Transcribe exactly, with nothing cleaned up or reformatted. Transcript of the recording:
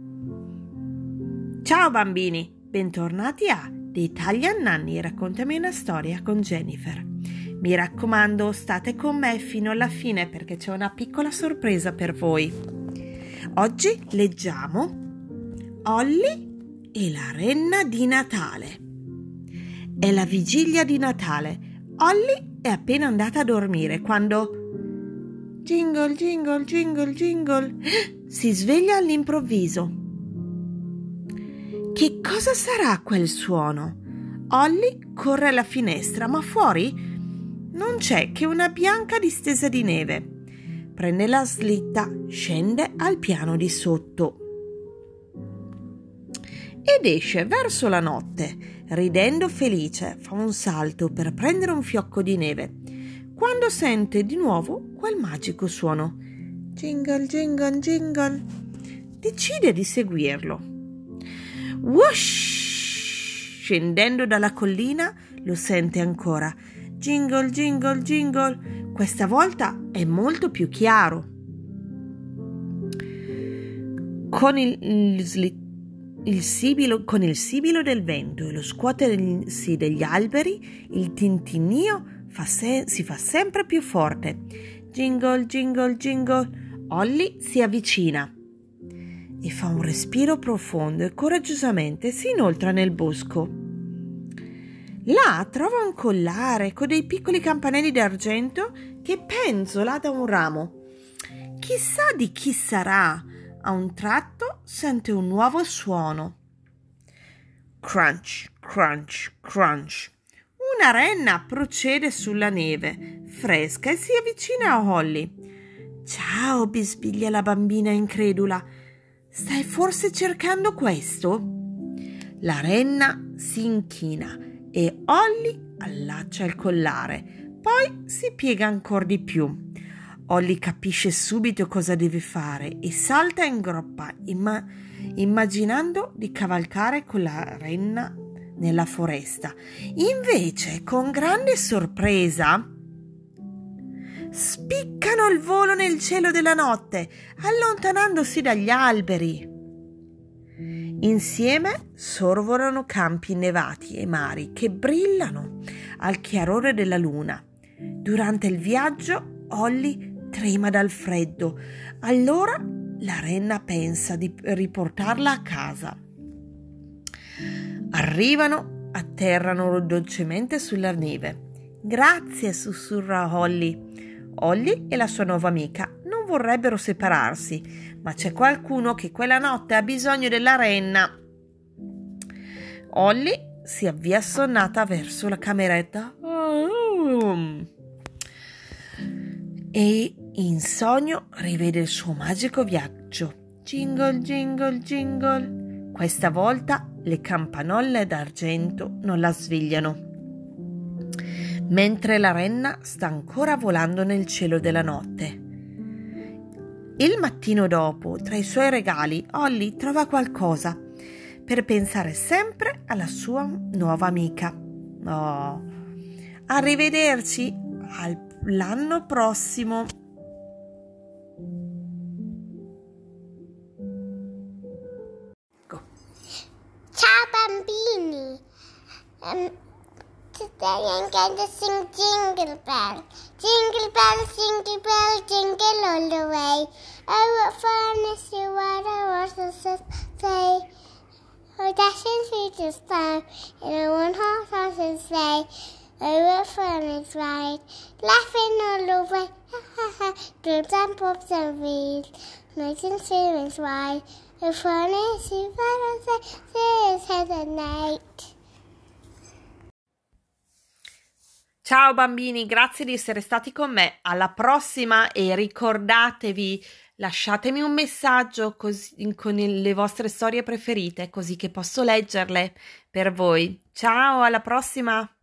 Ciao bambini, bentornati a Italian Nanny, raccontami una storia con Jennifer. Mi raccomando, state con me fino alla fine perché c'è una piccola sorpresa per voi. Oggi leggiamo Holly e la renna di Natale. È la vigilia di Natale. Holly è appena andata a dormire quando jingle jingle jingle jingle si sveglia all'improvviso. Che cosa sarà quel suono? Holly corre alla finestra, ma fuori non c'è che una bianca distesa di neve. Prende la slitta, scende al piano di sotto ed esce verso la notte, ridendo felice. Fa un salto per prendere un fiocco di neve, quando sente di nuovo quel magico suono. Jingle, jingle, jingle. Decide di seguirlo. Whoosh! Scendendo dalla collina lo sente ancora. Jingle, jingle, jingle. Questa volta è molto più chiaro. Con il, il, il, sibilo, con il sibilo del vento e lo scuotersi degli alberi, il tintinnio fa se, si fa sempre più forte. Jingle, jingle, jingle. Holly si avvicina e fa un respiro profondo e coraggiosamente si inoltra nel bosco. Là trova un collare con dei piccoli campanelli d'argento che penzola da un ramo. Chissà di chi sarà. A un tratto sente un nuovo suono. Crunch, crunch, crunch. Una renna procede sulla neve fresca e si avvicina a Holly. Ciao, bisbiglia la bambina incredula. Stai forse cercando questo? La renna si inchina e Holly allaccia il collare, poi si piega ancora di più. Holly capisce subito cosa deve fare e salta in groppa, imma- immaginando di cavalcare con la renna nella foresta. Invece, con grande sorpresa, spiccano il volo nel cielo della notte, allontanandosi dagli alberi. Insieme sorvolano campi innevati e mari che brillano al chiarore della luna. Durante il viaggio Holly trema dal freddo. Allora la renna pensa di riportarla a casa. Arrivano, atterrano dolcemente sulla neve. Grazie, sussurra Holly. Holly e la sua nuova amica non vorrebbero separarsi, ma c'è qualcuno che quella notte ha bisogno della renna. Holly si avvia assonnata verso la cameretta e in sogno rivede il suo magico viaggio. Jingle, jingle, jingle. Questa volta le campanelle d'argento non la svegliano, mentre la renna sta ancora volando nel cielo della notte. Il mattino dopo, tra i suoi regali, Holly trova qualcosa per pensare sempre alla sua nuova amica. Oh, arrivederci all'anno prossimo. Ciao bambini. Um, Today I'm going to sing Jingle Bell. Jingle bell, jingle bell, jingle all the way. Oh, what fun is to ride a horse's sleigh. Oh, dashing through the snow in a one-horse open sleigh. Oh, what fun is ride, laughing all the way. Ha ha ha, drums and pops and reeds, making feelings wide. Oh, fun is to ride a sleigh at night. Ciao bambini, grazie di essere stati con me. Alla prossima e ricordatevi, lasciatemi un messaggio così, con il, le vostre storie preferite, così che posso leggerle per voi. Ciao, alla prossima!